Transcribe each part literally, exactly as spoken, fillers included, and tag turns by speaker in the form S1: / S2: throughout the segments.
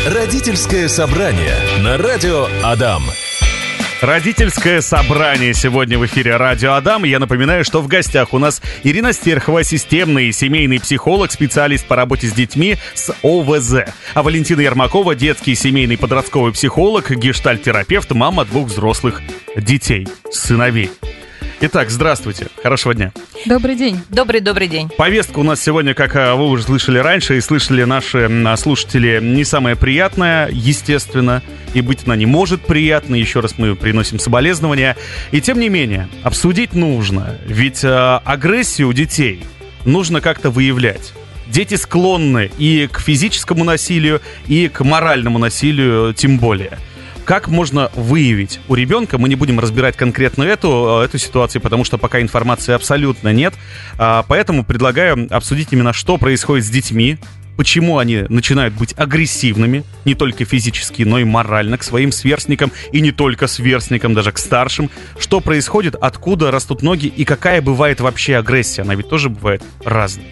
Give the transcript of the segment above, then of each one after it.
S1: Родительское собрание на радио Адам.
S2: Родительское собрание сегодня в эфире Радио Адам. И я напоминаю, что в гостях у нас Ирина Стерхова, системный семейный психолог, специалист по работе с детьми с О В З. А Валентина Ермакова, детский семейный подростковый психолог, гештальт-терапевт, мама двух взрослых детей, сыновей. Итак, здравствуйте, хорошего дня.
S3: Добрый день.
S4: Добрый-добрый день.
S2: Повестка у нас сегодня, как вы уже слышали раньше и слышали наши слушатели, не самая приятная, естественно, и быть она не может приятной. Еще раз мы приносим соболезнования. И тем не менее, обсудить нужно, ведь э, агрессию у детей нужно как-то выявлять. Дети склонны и к физическому насилию, и к моральному насилию тем более. Как можно выявить у ребенка? Мы не будем разбирать конкретно эту, эту ситуацию, потому что пока информации абсолютно нет. Поэтому предлагаю обсудить именно, что происходит с детьми, почему они начинают быть агрессивными, не только физически, но и морально к своим сверстникам, и не только сверстникам, даже к старшим. Что происходит, откуда растут ноги, и какая бывает вообще агрессия? Она ведь тоже бывает разной.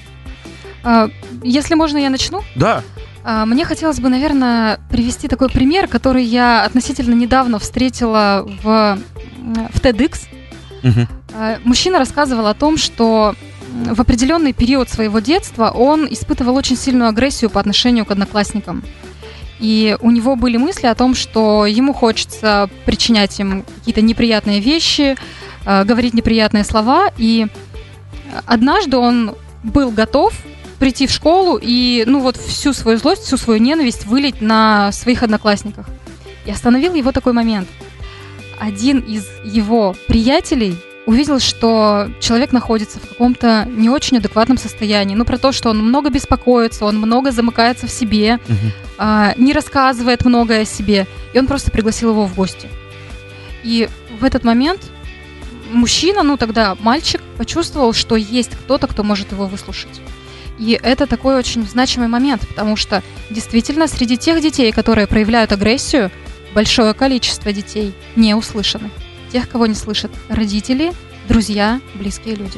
S3: Если можно, я начну?
S2: Да.
S3: Мне хотелось бы, наверное, привести такой пример, который я относительно недавно встретила в, в TEDx.
S2: Угу.
S3: Мужчина рассказывал о том, что в определенный период своего детства он испытывал очень сильную агрессию по отношению к одноклассникам. И у него были мысли о том, что ему хочется причинять им какие-то неприятные вещи, говорить неприятные слова. И однажды он был готов прийти в школу и, ну вот, всю свою злость, всю свою ненависть вылить на своих одноклассниках. И остановил его такой момент. Один из его приятелей увидел, что человек находится в каком-то не очень адекватном состоянии. Ну, про то, что он много беспокоится, он много замыкается в себе,
S2: угу.
S3: а, не рассказывает многое о себе. И он просто пригласил его в гости. И в этот момент мужчина, ну тогда мальчик, почувствовал, что есть кто-то, кто может его выслушать. И это такой очень значимый момент, потому что действительно среди тех детей, которые проявляют агрессию, большое количество детей не услышаны. Тех, кого не слышат родители, друзья, близкие люди.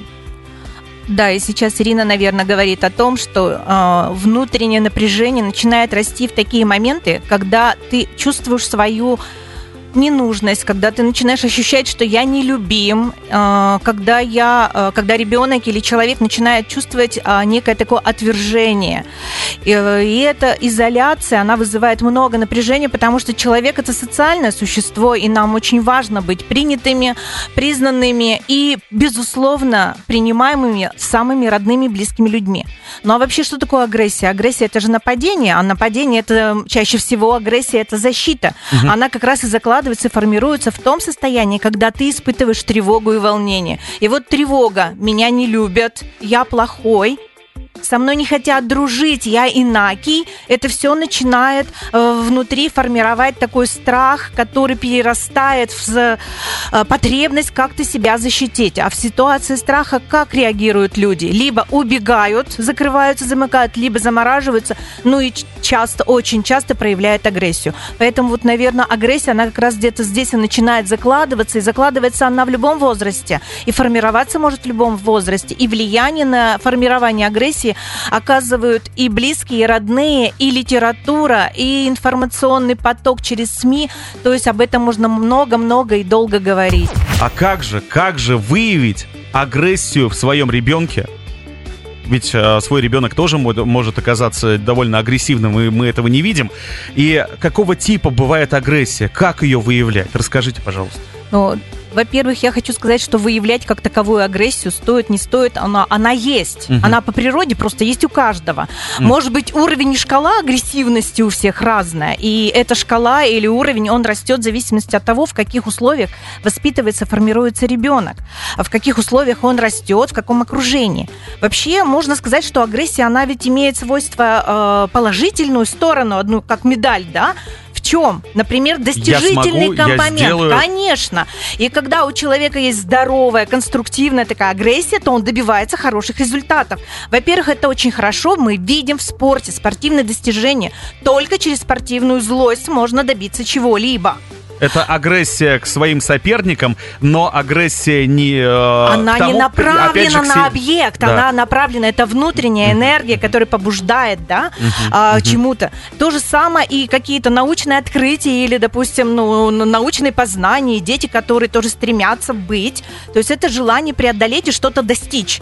S4: Да, и сейчас Ирина, наверное, говорит о том, что э, внутреннее напряжение начинает расти в такие моменты, когда ты чувствуешь свою ненужность, когда ты начинаешь ощущать, что я не любим, когда, я, когда ребенок или человек начинает чувствовать некое такое отвержение. И эта изоляция, она вызывает много напряжения, потому что человек – это социальное существо, и нам очень важно быть принятыми, признанными и, безусловно, принимаемыми самыми родными, близкими людьми. Ну а вообще, что такое агрессия? Агрессия – это же нападение, а нападение – это чаще всего агрессия – это защита. Угу. Она как раз и закладывается и формируется в том состоянии, когда ты испытываешь тревогу и волнение. И вот тревога: меня не любят, я плохой, со мной не хотят дружить, я инакий. Это все начинает э, внутри формировать такой страх, который перерастает в э, потребность как-то себя защитить. А в ситуации страха как реагируют люди? Либо убегают, закрываются, замыкают, либо замораживаются, ну и часто, очень часто проявляют агрессию. Поэтому вот, наверное, агрессия, она как раз где-то здесь и начинает закладываться, и закладывается она в любом возрасте, и формироваться может в любом возрасте. И влияние на формирование агрессии оказывают и близкие, и родные, и литература, и информационный поток через СМИ. То есть об этом можно много-много и долго говорить.
S2: А как же, как же выявить агрессию в своем ребенке? Ведь э, свой ребенок тоже может оказаться довольно агрессивным, и мы этого не видим. И какого типа бывает агрессия? Как ее выявлять? Расскажите, пожалуйста.
S4: Ну, во-первых, я хочу сказать, что выявлять как таковую агрессию стоит, не стоит, она, она есть. Uh-huh. Она по природе просто есть у каждого. Uh-huh. Может быть, уровень и шкала агрессивности у всех разная, и эта шкала или уровень, он растет в зависимости от того, в каких условиях воспитывается, формируется ребенок, в каких условиях он растет, в каком окружении. Вообще, можно сказать, что агрессия, она ведь имеет свойство э, положительную сторону, одну как медаль, да? В чем? Например, достижительный
S2: я смогу,
S4: компонент.
S2: Я сделаю...
S4: Конечно. И когда у человека есть здоровая, конструктивная такая агрессия, то он добивается хороших результатов. Во-первых, это очень хорошо. Мы видим в спорте спортивные достижения. Только через спортивную злость можно добиться чего-либо.
S2: Это агрессия к своим соперникам, но агрессия не э,
S4: Она
S2: к тому,
S4: не направлена
S2: опять же, к
S4: на
S2: се-
S4: объект,
S2: Да.
S4: она направлена, это внутренняя энергия, которая побуждает, да, а, чему-то. То же самое и какие-то научные открытия или, допустим, ну, н- научные познания, дети, которые тоже стремятся быть. То есть это желание преодолеть и что-то достичь.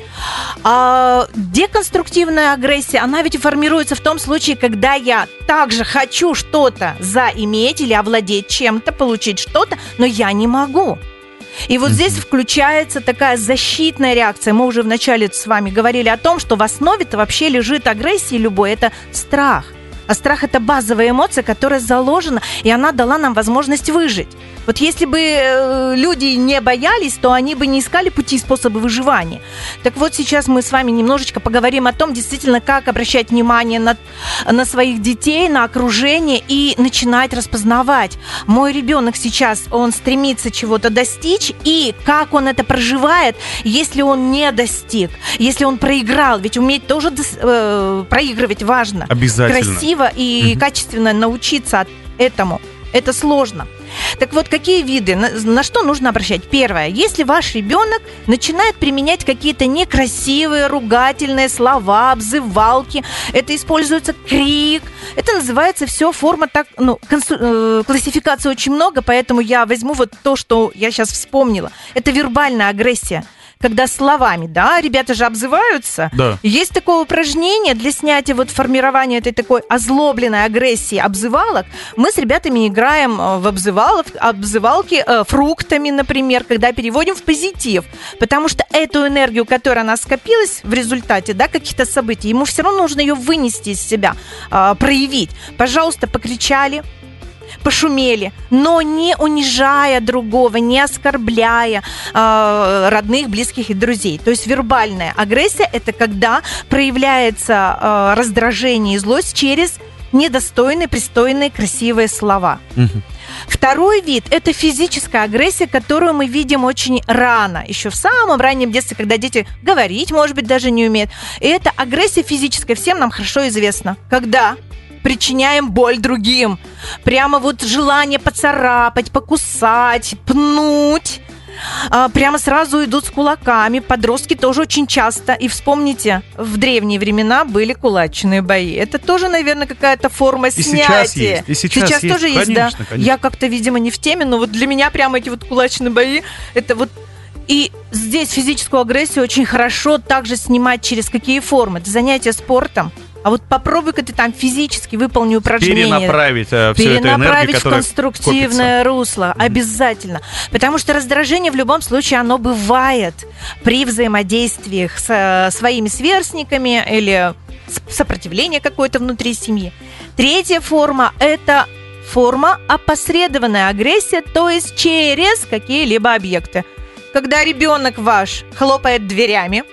S4: А деконструктивная агрессия, она ведь и формируется в том случае, когда я также хочу что-то заиметь или овладеть чем-то, получить что-то, но я не могу. И вот здесь включается такая защитная реакция. Мы уже вначале с вами говорили о том, что в основе-то вообще лежит агрессия любой. Это страх. А страх – это базовая эмоция, которая заложена, и она дала нам возможность выжить. Вот если бы э, люди не боялись, то они бы не искали пути и способы выживания. Так вот, сейчас мы с вами немножечко поговорим о том, действительно, как обращать внимание на, на своих детей, на окружение и начинать распознавать. Мой ребенок сейчас, он стремится чего-то достичь, и как он это проживает, если он не достиг, если он проиграл. Ведь уметь тоже дос- э, проигрывать важно.
S2: Обязательно.
S4: Красиво и
S2: Мгм.
S4: качественно научиться этому. Это сложно. Так вот, какие виды, на, на что нужно обращать? Первое, если ваш ребенок начинает применять какие-то некрасивые, ругательные слова, обзывалки, это используется крик, это называется все форма так, ну, консу, э, классификации очень много, поэтому я возьму вот то, что я сейчас вспомнила. Это вербальная агрессия. Когда словами, да, ребята же обзываются.
S2: Да.
S4: Есть такое упражнение для снятия вот формирования этой такой озлобленной агрессии обзывалок. Мы с ребятами играем в обзывалов, обзывалки э, фруктами, например, когда переводим в позитив. Потому что эту энергию, которая у нас скопилась в результате, да, каких-то событий, ему все равно нужно ее вынести из себя, э, проявить. Пожалуйста, покричали, пошумели, но не унижая другого, не оскорбляя э, родных, близких и друзей. То есть вербальная агрессия – это когда проявляется э, раздражение и злость через недостойные, пристойные, красивые слова.
S2: Мгм.
S4: Второй вид – это физическая агрессия, которую мы видим очень рано, еще в самом раннем детстве, когда дети говорить, может быть, даже не умеют. И это агрессия физическая, всем нам хорошо известно. Когда причиняем боль другим. Прямо вот желание поцарапать, покусать, пнуть. А, прямо сразу идут с кулаками. Подростки тоже очень часто. И вспомните, в древние времена были кулачные бои. Это тоже, наверное, какая-то форма
S2: И
S4: снятия.
S2: сейчас есть. И сейчас есть.
S4: тоже есть,
S2: Конечно,
S4: да.
S2: конечно.
S4: Я как-то, видимо, не в теме, но вот для меня прямо эти вот кулачные бои, это вот. И здесь физическую агрессию очень хорошо также снимать через какие формы? Это занятия спортом. А вот попробуй-ка ты там физически выполни упражнения.
S2: Перенаправить э, всю эту энергию,
S4: Перенаправить в
S2: которая
S4: конструктивное
S2: копится.
S4: русло. Обязательно. Потому что раздражение в любом случае, оно бывает при взаимодействиях с своими сверстниками или сопротивление какое-то внутри семьи. Третья форма – это форма опосредованная агрессия, то есть через какие-либо объекты. Когда ребенок ваш хлопает дверями,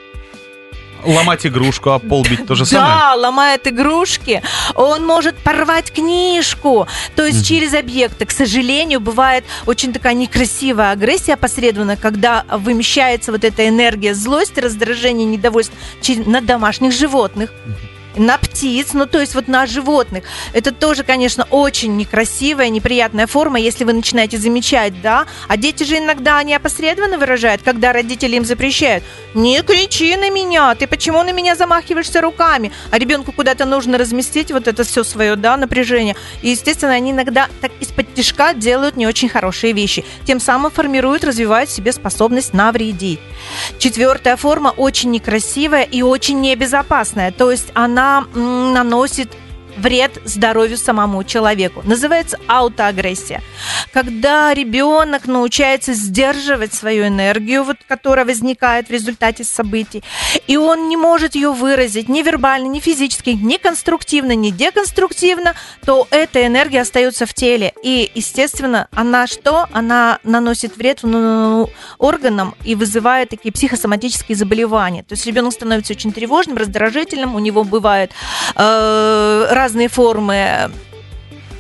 S2: Ломать игрушку, об пол бить, то же
S4: да,
S2: самое.
S4: ломает игрушки, он может порвать книжку, то есть
S2: Мгм.
S4: через объекты. К сожалению, бывает очень такая некрасивая агрессия опосредованно, когда вымещается вот эта энергия злости, раздражения, недовольства через- на домашних животных. На птиц, ну то есть вот на животных. Это тоже, конечно, очень некрасивая, неприятная форма, если вы начинаете замечать, да. А дети же иногда они опосредованно выражают, когда родители им запрещают. Не кричи на меня, ты почему на меня замахиваешься руками? А ребенку куда-то нужно разместить вот это все свое, да, напряжение. И, естественно, они иногда так из-под тишка делают не очень хорошие вещи. Тем самым формируют, развивают в себе способность навредить. Четвертая форма очень некрасивая и очень небезопасная. То есть она м, наносит вред здоровью самому человеку. Называется аутоагрессия. Когда ребенок научается сдерживать свою энергию, вот, которая возникает в результате событий, и он не может ее выразить ни вербально, ни физически, ни конструктивно, ни деконструктивно, то эта энергия остается в теле. И, естественно, она что? Она наносит вред ну, органам и вызывает такие психосоматические заболевания. То есть ребенок становится очень тревожным, раздражительным, у него бывают э, разные формы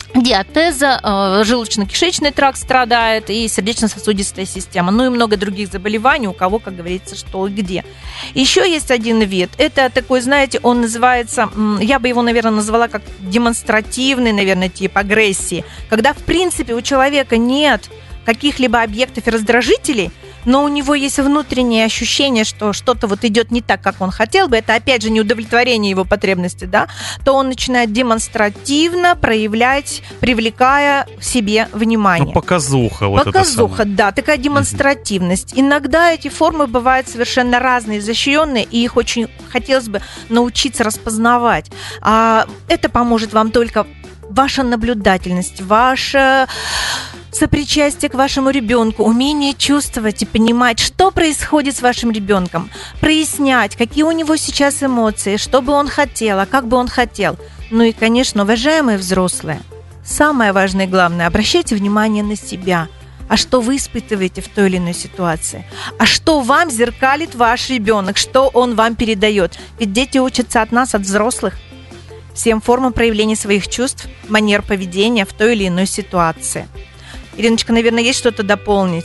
S4: диатеза, желудочно-кишечный тракт страдает и сердечно-сосудистая система, ну и много других заболеваний, у кого, как говорится, что и где. Еще есть один вид, это такой, знаете, он называется, я бы его, наверное, назвала как демонстративный, наверное, тип агрессии, когда, в принципе, у человека нет каких-либо объектов и раздражителей, но у него есть внутреннее ощущение, что что-то вот идет не так, как он хотел бы, это опять же неудовлетворение его потребностей, да, то он начинает демонстративно проявлять, привлекая к себе внимание.
S2: Ну, показуха. Вот
S4: показуха, да, такая демонстративность. Угу. Иногда эти формы бывают совершенно разные, изощренные, и их очень хотелось бы научиться распознавать. А это поможет вам только ваша наблюдательность, ваша сопричастие к вашему ребенку, умение чувствовать и понимать, что происходит с вашим ребенком, прояснять, какие у него сейчас эмоции, что бы он хотел, а как бы он хотел. Ну и, конечно, уважаемые взрослые, самое важное и главное, обращайте внимание на себя. А что вы испытываете в той или иной ситуации? А что вам зеркалит ваш ребенок? Что он вам передает? Ведь дети учатся от нас, от взрослых, всем формам проявления своих чувств, манер поведения в той или иной ситуации. Ириночка, наверное, есть что-то дополнить?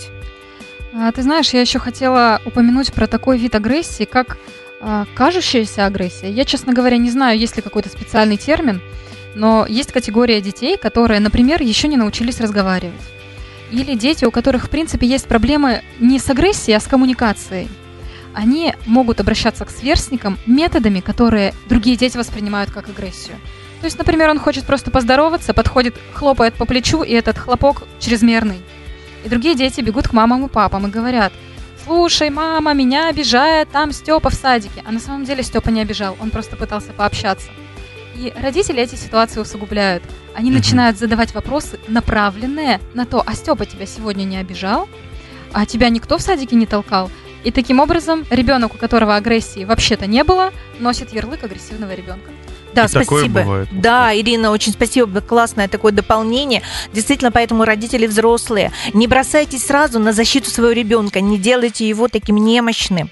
S3: А, ты знаешь, я еще хотела упомянуть про такой вид агрессии, как а, кажущаяся агрессия. Я, честно говоря, не знаю, есть ли какой-то специальный термин, но есть категория детей, которые, например, еще не научились разговаривать. Или дети, у которых, в принципе, есть проблемы не с агрессией, а с коммуникацией. Они могут обращаться к сверстникам методами, которые другие дети воспринимают как агрессию. То есть, например, он хочет просто поздороваться, подходит, хлопает по плечу, и этот хлопок чрезмерный. И другие дети бегут к мамам и папам и говорят: «Слушай, мама, меня обижает там Степа в садике». А на самом деле Степа не обижал, он просто пытался пообщаться. И родители эти ситуации усугубляют. Они начинают задавать вопросы, направленные на то: «А Степа тебя сегодня не обижал? А тебя никто в садике не толкал?» И таким образом ребенок, у которого агрессии вообще-то не было, носит ярлык агрессивного ребенка.
S4: Да,
S2: и
S4: спасибо. Да, Ирина, очень спасибо, классное такое дополнение. Действительно, поэтому родители взрослые, не бросайтесь сразу на защиту своего ребенка, не делайте его таким немощным,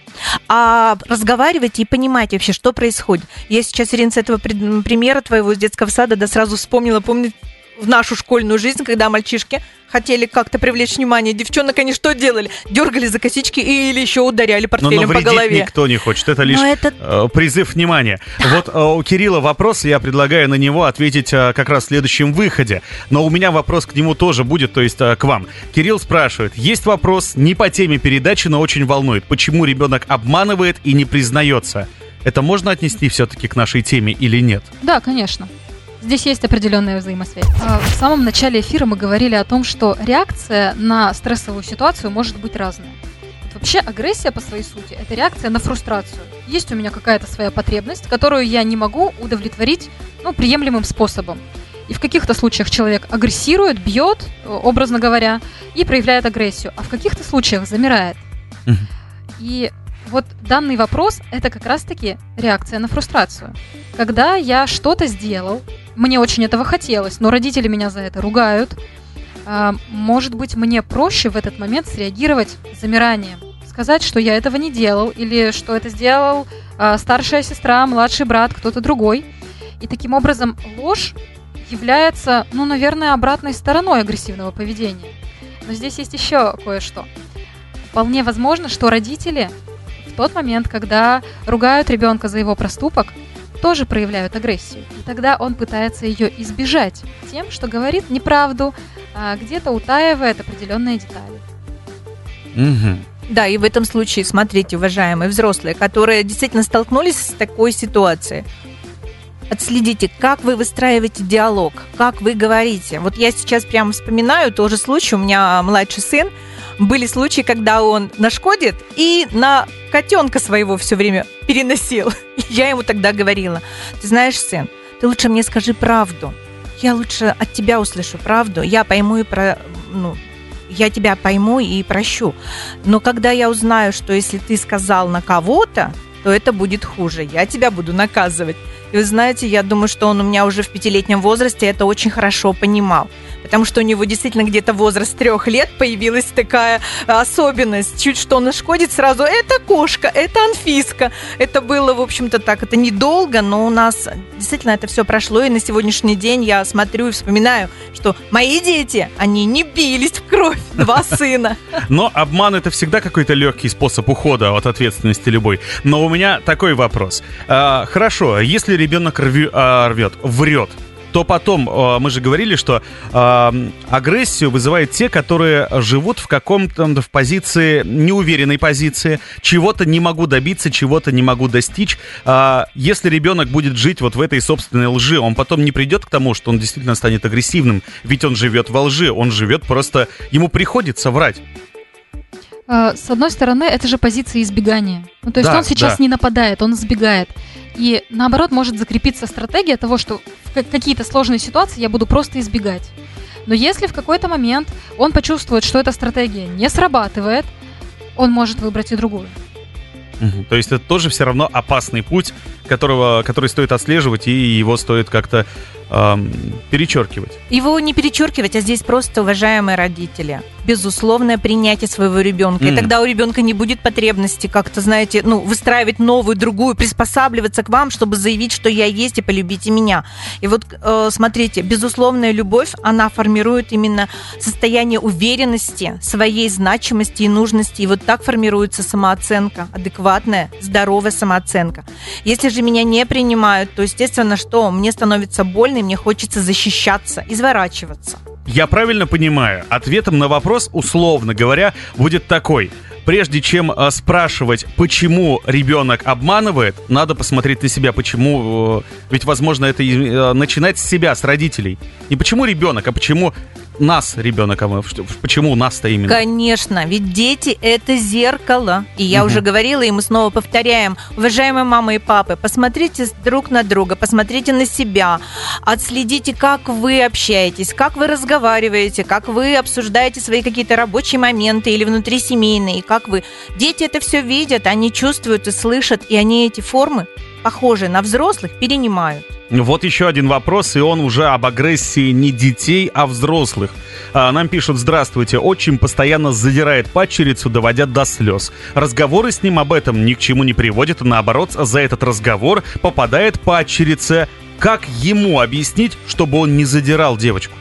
S4: а разговаривайте и понимайте вообще, что происходит. Я сейчас, Ирина, с этого примера твоего из детского сада, да, сразу вспомнила, помню, в нашу школьную жизнь, когда мальчишки хотели как-то привлечь внимание девчонок, они что делали? Дергали за косички или еще ударяли портфелем по голове.
S2: Никто не хочет, это лишь это... э, призыв внимания. Вот э, у Кирилла вопрос, я предлагаю на него ответить э, как раз в следующем выходе. Но у меня вопрос к нему тоже будет, то есть э, к вам. Кирилл спрашивает, есть вопрос не по теме передачи, но очень волнует. Почему ребенок обманывает и не признается? Это можно отнести все-таки к нашей теме или нет?
S3: Да, конечно. Здесь есть определенная взаимосвязь. В самом начале эфира мы говорили о том, что реакция на стрессовую ситуацию может быть разная. Вот вообще агрессия по своей сути – это реакция на фрустрацию. Есть у меня какая-то своя потребность, которую я не могу удовлетворить, ну, приемлемым способом. И в каких-то случаях человек агрессирует, бьет, образно говоря, и проявляет агрессию, а в каких-то случаях замирает. Mm-hmm. И вот данный вопрос – это как раз-таки реакция на фрустрацию. Когда я что-то сделал, мне очень этого хотелось, но родители меня за это ругают, может быть, мне проще в этот момент среагировать замиранием. Сказать, что я этого не делал, или что это сделал старшая сестра, младший брат, кто-то другой. И таким образом ложь является, ну, наверное, обратной стороной агрессивного поведения. Но здесь есть еще кое-что. Вполне возможно, что родители в тот момент, когда ругают ребенка за его проступок, тоже проявляют агрессию. И тогда он пытается ее избежать тем, что говорит неправду, а где-то утаивает определенные детали.
S2: Угу.
S4: Да, и в этом случае, смотрите, уважаемые взрослые, которые действительно столкнулись с такой ситуацией, отследите, как вы выстраиваете диалог, как вы говорите. Вот я сейчас прямо вспоминаю тоже случай, у меня младший сын, были случаи, когда он нашкодит и на котенка своего все время переносил. Я ему тогда говорила: ты знаешь, сын, ты лучше мне скажи правду. Я лучше от тебя услышу правду. Я пойму и про... ну, я тебя пойму и прощу. Но когда я узнаю, что если ты сказал на кого-то, то это будет хуже. Я тебя буду наказывать. И вы знаете, я думаю, что он у меня уже в пятилетнем возрасте это очень хорошо понимал. потому что у него действительно где-то возраст трех лет появилась такая особенность. Чуть что нашкодит, сразу это кошка, это Анфиска. Это было, в общем-то, так, это недолго, но у нас действительно это все прошло, и на сегодняшний день я смотрю и вспоминаю, что мои дети, они не бились в кровь, два сына.
S2: Но обман — это всегда какой-то легкий способ ухода от ответственности любой. Но у меня такой вопрос. А, хорошо, если ребенок рвет, рвет, врет, то потом, мы же говорили, что э, агрессию вызывают те, которые живут в каком-то в позиции, неуверенной позиции, чего-то не могу добиться, чего-то не могу достичь. Э, если ребенок будет жить вот в этой собственной лжи, он потом не придет к тому, что он действительно станет агрессивным, ведь он живет во лжи, он живет просто, ему приходится врать.
S3: С одной стороны, это же позиция избегания. Ну, то есть
S2: да,
S3: он сейчас
S2: да.
S3: не нападает, он избегает. И наоборот, может закрепиться стратегия того, что в какие-то сложные ситуации я буду просто избегать. Но если в какой-то момент он почувствует, что эта стратегия не срабатывает, он может выбрать и другую.
S2: Угу. То есть это тоже все равно опасный путь, которого, который стоит отслеживать, и его стоит как-то эм, перечеркивать.
S4: Его не перечеркивать, а здесь просто, уважаемые родители, безусловное принятие своего ребенка. Mm. И тогда у ребенка не будет потребности как-то, знаете, ну, выстраивать новую, другую, приспосабливаться к вам, чтобы заявить, что я есть, и полюбите меня. И вот, э, смотрите, безусловная любовь, она формирует именно состояние уверенности, своей значимости и нужности. И вот так формируется самооценка, адекватная, здоровая самооценка. Если же меня не принимают, то, естественно, что? Мне становится больно, и мне хочется защищаться, изворачиваться.
S2: Я правильно понимаю, ответом на вопрос, условно говоря, будет такой: прежде чем э, спрашивать, почему ребенок обманывает, надо посмотреть на себя, почему, э, ведь, возможно, это э, начинать с себя, с родителей. Не почему ребенок, а почему нас ребенок, а мы, почему нас-то именно?
S4: Конечно, ведь дети — это зеркало. И я
S2: угу.
S4: уже говорила, и мы снова повторяем. Уважаемые мамы и папы, посмотрите друг на друга, посмотрите на себя, отследите, как вы общаетесь, как вы разговариваете, как вы обсуждаете свои какие-то рабочие моменты или внутрисемейные, как вы. Дети это все видят, они чувствуют и слышат, и они эти формы, похожие на взрослых, перенимают.
S2: Вот еще один вопрос, и он уже об агрессии не детей, а взрослых. А, нам пишут: здравствуйте, отчим постоянно задирает падчерицу, доводя до слез. Разговоры с ним об этом ни к чему не приводят, и наоборот, за этот разговор попадает падчерица. Как ему объяснить, чтобы он не задирал девочку?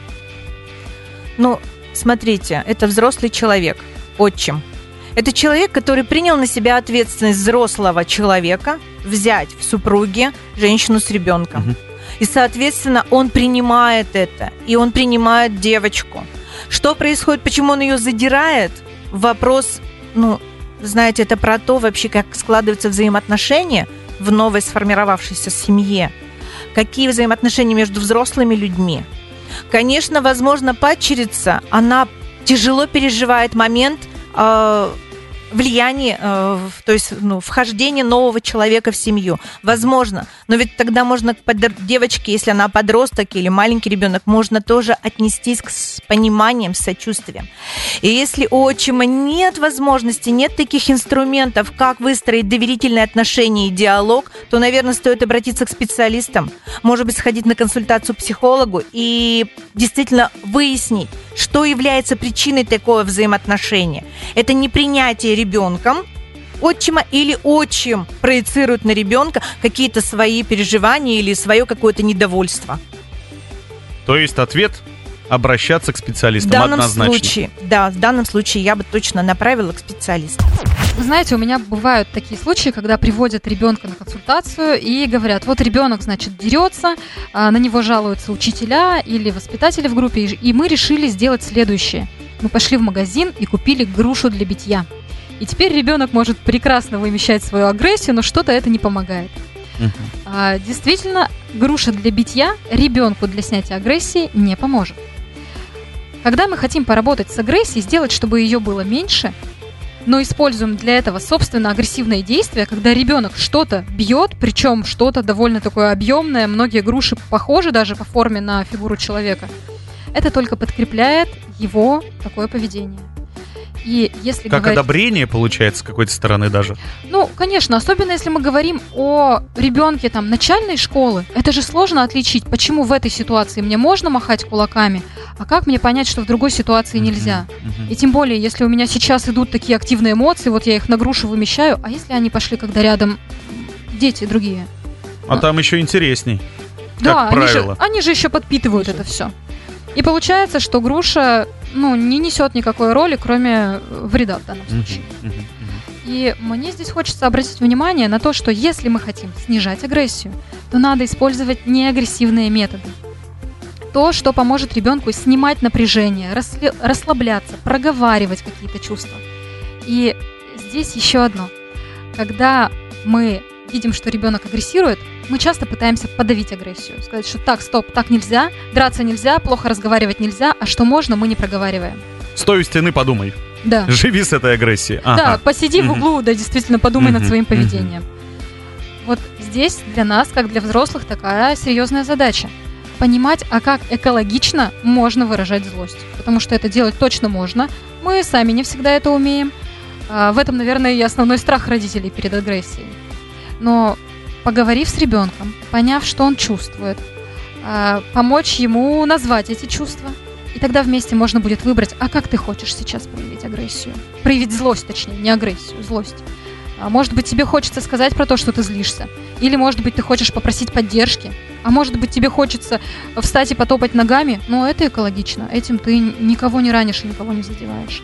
S4: Ну, смотрите, это взрослый человек, отчим. Это человек, который принял на себя ответственность взрослого человека взять в супруге женщину с ребенком. Угу. И, соответственно, он принимает это, и он принимает девочку. Что происходит, почему он ее задирает? Вопрос, ну, знаете, это про то вообще, как складываются взаимоотношения в новой сформировавшейся семье. Какие взаимоотношения между взрослыми людьми. Конечно, возможно, падчерица, она тяжело переживает момент э, влияния, э, то есть ну, вхождения нового человека в семью. Возможно. Но ведь тогда можно к девочке, если она подросток или маленький ребенок, можно тоже отнестись к, с пониманием, с сочувствием. И если у отчима нет возможности, нет таких инструментов, как выстроить доверительные отношения и диалог, то, наверное, стоит обратиться к специалистам, может быть, сходить на консультацию к психологу и действительно выяснить, что является причиной такого взаимоотношения. Это непринятие ребенком отчима или отчим проецирует на ребенка какие-то свои переживания или свое какое-то недовольство.
S2: То есть ответ — обращаться к специалистам
S4: в данном
S2: однозначно.
S4: Случае, да, в данном случае я бы точно направила к специалисту.
S3: Вы знаете, у меня бывают такие случаи, когда приводят ребенка на консультацию и говорят: вот ребенок, значит, дерется, на него жалуются учителя или воспитатели в группе, и мы решили сделать следующее. Мы пошли в магазин и купили грушу для битья. И теперь ребенок может прекрасно вымещать свою агрессию, но что-то это не помогает. Uh-huh. А, действительно, груша для битья ребенку для снятия агрессии не поможет. Когда мы хотим поработать с агрессией, сделать, чтобы ее было меньше, но используем для этого собственно агрессивные действия, когда ребенок что-то бьет, причем что-то довольно такое объемное, многие груши похожи даже по форме на фигуру человека, это только подкрепляет его такое поведение. И если
S2: Как
S3: говорить...
S2: одобрение получается с какой-то стороны даже.
S3: Ну, конечно, особенно если мы говорим о ребенке там начальной школы, это же сложно отличить, почему в этой ситуации мне можно махать кулаками, а как мне понять, что в другой ситуации нельзя.
S2: Мгм.
S3: И тем более, если у меня сейчас идут такие активные эмоции, вот я их на грушу вымещаю, а если они пошли, когда рядом дети другие?
S2: А там еще интересней.
S3: Да,
S2: Как
S3: они же,
S2: правило.
S3: они же еще подпитывают это все. И получается, что груша, ну, не несет никакой роли, кроме вреда в данном случае.
S2: Мгм, мгм, мгм.
S3: И мне здесь хочется обратить внимание на то, что если мы хотим снижать агрессию, то надо использовать неагрессивные методы. То, что поможет ребенку снимать напряжение, расле- расслабляться, проговаривать какие-то чувства. И здесь еще одно. Когда мы видим, что ребенок агрессирует, мы часто пытаемся подавить агрессию. Сказать, что так, стоп, так нельзя, драться нельзя, плохо разговаривать нельзя, а что можно, мы не проговариваем.
S2: Стой у стены, подумай.
S3: Да.
S2: Живи с этой агрессией.
S3: Да,
S2: Ага.
S3: посиди в
S2: Мгм.
S3: углу, да, действительно подумай над
S2: Мгм,
S3: своим
S2: мгм.
S3: поведением. Вот здесь для нас, как для взрослых, такая серьезная задача. Понимать, а как экологично можно выражать злость. Потому что это делать точно можно. Мы сами не всегда это умеем. А, В этом, наверное, и основной страх родителей перед агрессией. Но поговорив с ребенком, поняв, что он чувствует, а, помочь ему назвать эти чувства, и тогда вместе можно будет выбрать, а как ты хочешь сейчас проявить агрессию? Проявить злость, точнее, не агрессию, злость. А может быть, тебе хочется сказать про то, что ты злишься. Или, может быть, ты хочешь попросить поддержки. А может быть, тебе хочется встать и потопать ногами. Но это экологично. Этим ты никого не ранишь и никого не задеваешь.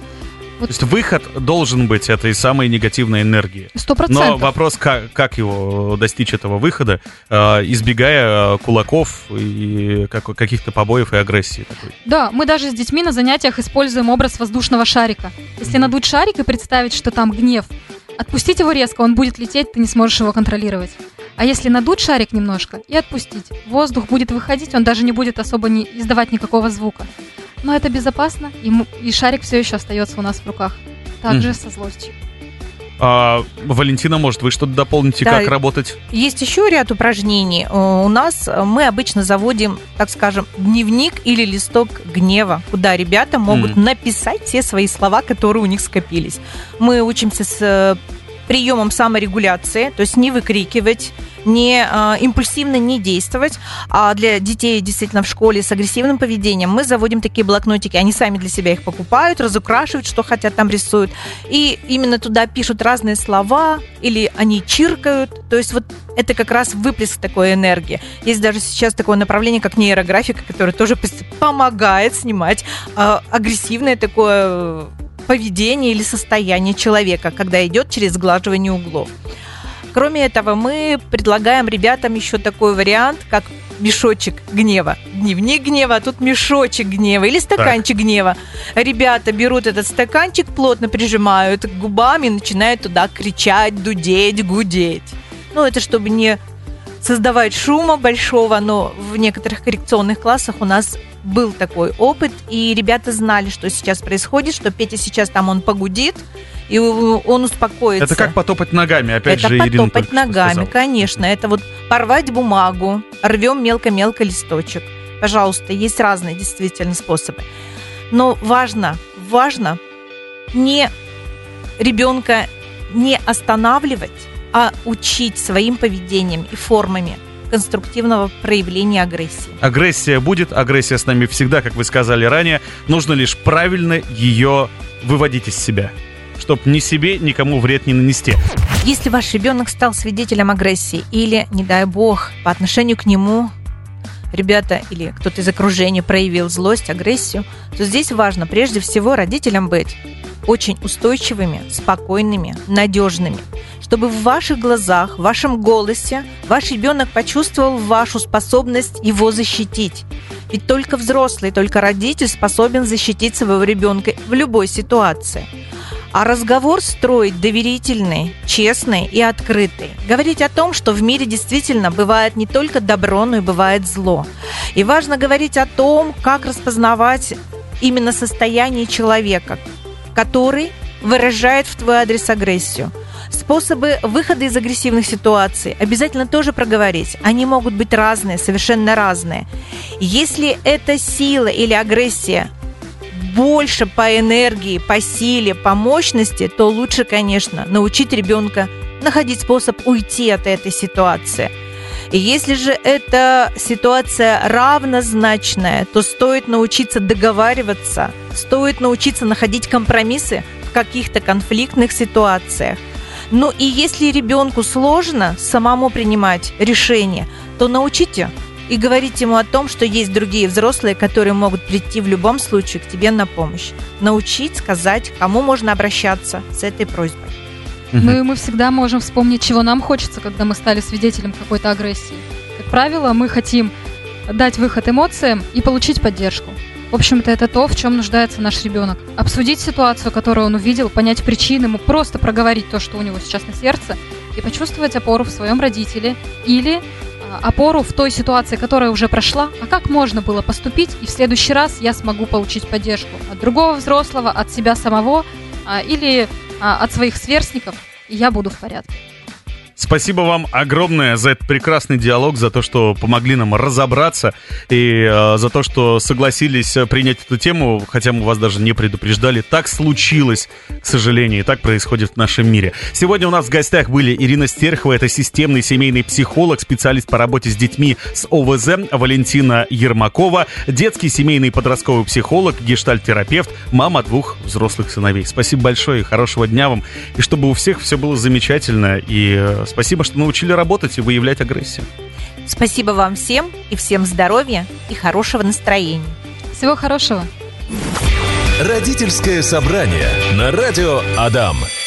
S2: То есть выход должен быть этой самой негативной энергии.
S3: Сто
S2: Но
S3: процентов.
S2: вопрос, как, как его достичь этого выхода, э, избегая э, кулаков и как- каких-то побоев и агрессии такой.
S3: Да, мы даже с детьми на занятиях используем образ воздушного шарика. Если надуть шарик и представить, что там гнев, отпустить его резко, он будет лететь, ты не сможешь его контролировать. А если надуть шарик немножко и отпустить, воздух будет выходить, он даже не будет особо не издавать никакого звука. Но это безопасно, и, м- и шарик все еще остается у нас в руках. Также
S2: Мгм.
S3: со злостью.
S2: А, Валентина, может, вы что-то дополните,
S4: Да,
S2: как работать?
S4: Есть еще ряд упражнений. Э, У нас э, мы обычно заводим, так скажем, дневник или листок гнева, куда ребята могут
S2: Мгм.
S4: написать все свои слова, которые у них скопились. Мы учимся с э, приемом саморегуляции, то есть не выкрикивать, не э, импульсивно не действовать. А для детей действительно в школе с агрессивным поведением мы заводим такие блокнотики. Они сами для себя их покупают, разукрашивают, что хотят, там рисуют. И именно туда пишут разные слова, или они чиркают. То есть вот это как раз выплеск такой энергии. Есть даже сейчас такое направление, как нейрографика, которое тоже пос- помогает снимать э, агрессивное такое поведение или состояние человека, когда идет через сглаживание углов. Кроме этого, мы предлагаем ребятам еще такой вариант, как мешочек гнева. Дневник гнева, а тут мешочек гнева или стаканчик гнева. Ребята берут этот стаканчик, плотно прижимают к губам и начинают туда кричать, дудеть, гудеть. Ну, это чтобы не создавать шума большого, но в некоторых коррекционных классах у нас был такой опыт, и ребята знали, что сейчас происходит, что Петя сейчас там он погудит, и он успокоится.
S2: Это как потопать ногами, опять
S4: Это
S2: же, Ирина
S4: потопать
S2: только что
S4: ногами,
S2: сказала.
S4: конечно. Это вот порвать бумагу, рвем мелко-мелко листочек. Пожалуйста, есть разные действительно способы. Но важно, важно не ребенка не останавливать, а учить своим поведением и формами конструктивного проявления агрессии.
S2: Агрессия будет, агрессия с нами всегда, как вы сказали ранее. Нужно лишь правильно ее выводить из себя, чтобы ни себе, никому вред не нанести.
S4: Если ваш ребенок стал свидетелем агрессии или, не дай бог, по отношению к нему ребята или кто-то из окружения проявил злость, агрессию, то здесь важно прежде всего родителям быть очень устойчивыми, спокойными, надежными, чтобы в ваших глазах, в вашем голосе ваш ребенок почувствовал вашу способность его защитить. Ведь только взрослый, только родитель способен защитить своего ребенка в любой ситуации. А разговор строить доверительный, честный и открытый. Говорить о том, что в мире действительно бывает не только добро, но и бывает зло. И важно говорить о том, как распознавать именно состояние человека, который выражает в твой адрес агрессию. Способы выхода из агрессивных ситуаций обязательно тоже проговорить. Они могут быть разные, совершенно разные. Если эта сила или агрессия больше по энергии, по силе, по мощности, то лучше, конечно, научить ребенка находить способ уйти от этой ситуации. И если же эта ситуация равнозначная, то стоит научиться договариваться, стоит научиться находить компромиссы в каких-то конфликтных ситуациях. Ну и если ребенку сложно самому принимать решения, то научите и говорите ему о том, что есть другие взрослые, которые могут прийти в любом случае к тебе на помощь. Научить, сказать, кому можно обращаться с этой просьбой.
S3: Ну и мы всегда можем вспомнить, чего нам хочется, когда мы стали свидетелем какой-то агрессии. Как правило, мы хотим дать выход эмоциям и получить поддержку. В общем-то, это то, в чем нуждается наш ребенок. Обсудить ситуацию, которую он увидел, понять причины, ему просто проговорить то, что у него сейчас на сердце, и почувствовать опору в своем родителе или а, опору в той ситуации, которая уже прошла. А как можно было поступить, и в следующий раз я смогу получить поддержку от другого взрослого, от себя самого а, или а, от своих сверстников, и я буду в порядке.
S2: Спасибо вам огромное за этот прекрасный диалог, за то, что помогли нам разобраться, и э, за то, что согласились принять эту тему, хотя мы вас даже не предупреждали. Так случилось, к сожалению, и так происходит в нашем мире. Сегодня у нас в гостях были Ирина Стерхова, это системный семейный психолог, специалист по работе с детьми с о вэ зэ, Валентина Ермакова, детский семейный подростковый психолог, гештальт-терапевт, мама двух взрослых сыновей. Спасибо большое и хорошего дня вам, и чтобы у всех все было замечательно, и спасибо, что научили работать и выявлять агрессию.
S4: Спасибо вам всем, и всем здоровья и хорошего настроения.
S3: Всего хорошего.
S1: Родительское собрание на радио Адам.